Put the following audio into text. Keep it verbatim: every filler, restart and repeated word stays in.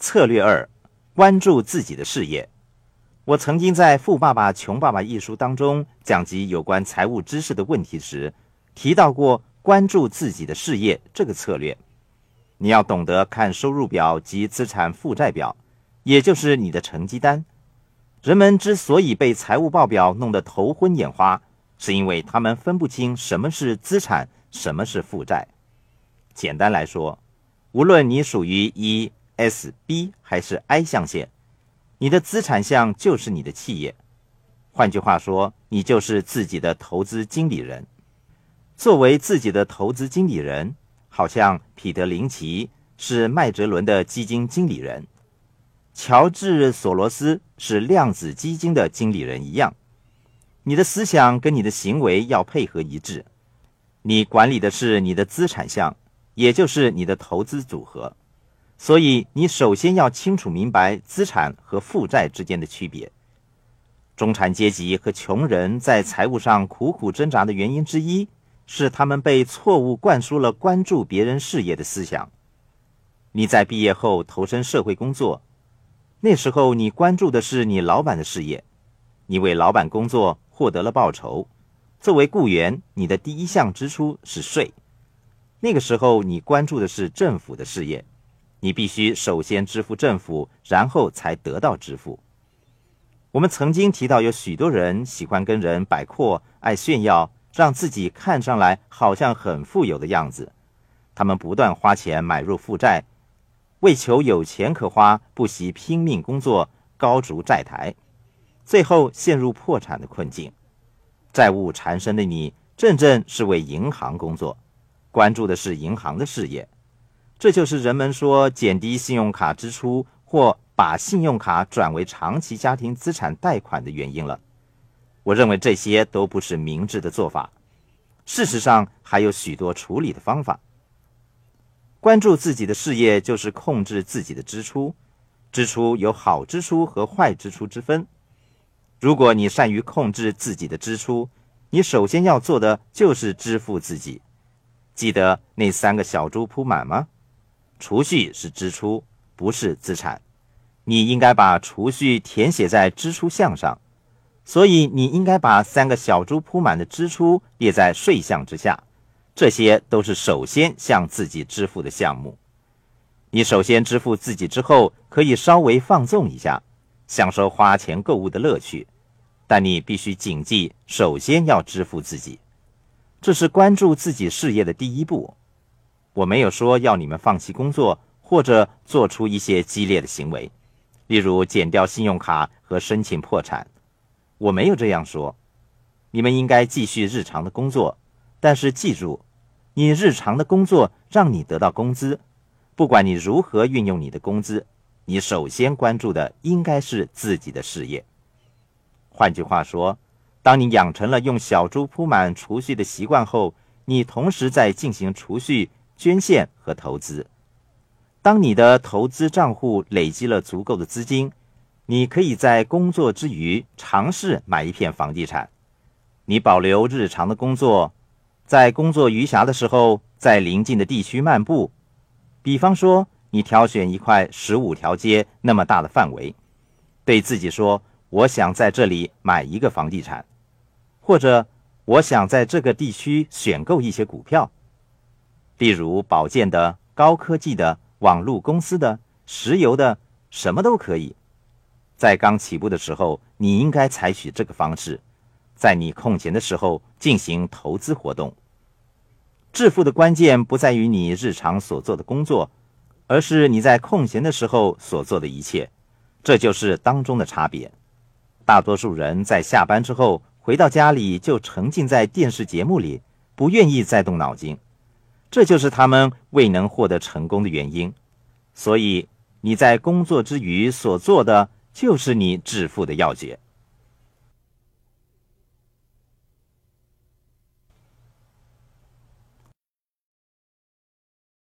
策略二，关注自己的事业。我曾经在《富爸爸穷爸爸》一书当中讲及有关财务知识的问题时，提到过关注自己的事业这个策略。你要懂得看收入表及资产负债表，也就是你的成绩单。人们之所以被财务报表弄得头昏眼花，是因为他们分不清什么是资产，什么是负债。简单来说，无论你属于 E、S、B 还是 I 象限，你的资产项就是你的企业。换句话说，你就是自己的投资经理人。作为自己的投资经理人，好像彼得·林奇是麦哲伦的基金经理人，乔治·索罗斯是量子基金的经理人一样。你的思想跟你的行为要配合一致。你管理的是你的资产项，也就是你的投资组合。所以你首先要清楚明白资产和负债之间的区别。中产阶级和穷人在财务上苦苦挣扎的原因之一，是他们被错误灌输了关注别人事业的思想。你在毕业后投身社会工作，那时候你关注的是你老板的事业，你为老板工作获得了报酬。作为雇员，你的第一项支出是税。那个时候你关注的是政府的事业，你必须首先支付政府，然后才得到支付。我们曾经提到有许多人喜欢跟人摆阔，爱炫耀，让自己看上来好像很富有的样子。他们不断花钱买入负债，为求有钱可花，不惜拼命工作，高筑债台，最后陷入破产的困境。债务缠身的你，真正是为银行工作，关注的是银行的事业。这就是人们说减低信用卡支出或把信用卡转为长期家庭资产贷款的原因了。我认为这些都不是明智的做法。事实上，还有许多处理的方法。关注自己的事业就是控制自己的支出。支出有好支出和坏支出之分。如果你善于控制自己的支出，你首先要做的就是支付自己。记得那三个小猪铺满吗？储蓄是支出，不是资产。你应该把储蓄填写在支出项上，所以你应该把三个小猪铺满的支出列在税项之下。这些都是首先向自己支付的项目。你首先支付自己之后，可以稍微放纵一下，享受花钱购物的乐趣。但你必须谨记，首先要支付自己。这是关注自己事业的第一步。我没有说要你们放弃工作，或者做出一些激烈的行为，例如减掉信用卡和申请破产。我没有这样说。你们应该继续日常的工作，但是记住，你日常的工作让你得到工资。不管你如何运用你的工资，你首先关注的应该是自己的事业。换句话说，当你养成了用小猪铺满储蓄的习惯后，你同时在进行储蓄、捐献和投资。当你的投资账户累积了足够的资金，你可以在工作之余尝试买一片房地产。你保留日常的工作，在工作余暇的时候，在邻近的地区漫步。比方说，你挑选一块十五条街那么大的范围，对自己说，我想在这里买一个房地产，或者我想在这个地区选购一些股票，例如保健的、高科技的、网络公司的、石油的，什么都可以。在刚起步的时候，你应该采取这个方式，在你空闲的时候进行投资活动。致富的关键不在于你日常所做的工作，而是你在空闲的时候所做的一切，这就是当中的差别。大多数人在下班之后回到家里就沉浸在电视节目里，不愿意再动脑筋，这就是他们未能获得成功的原因。所以你在工作之余所做的，就是你致富的要诀。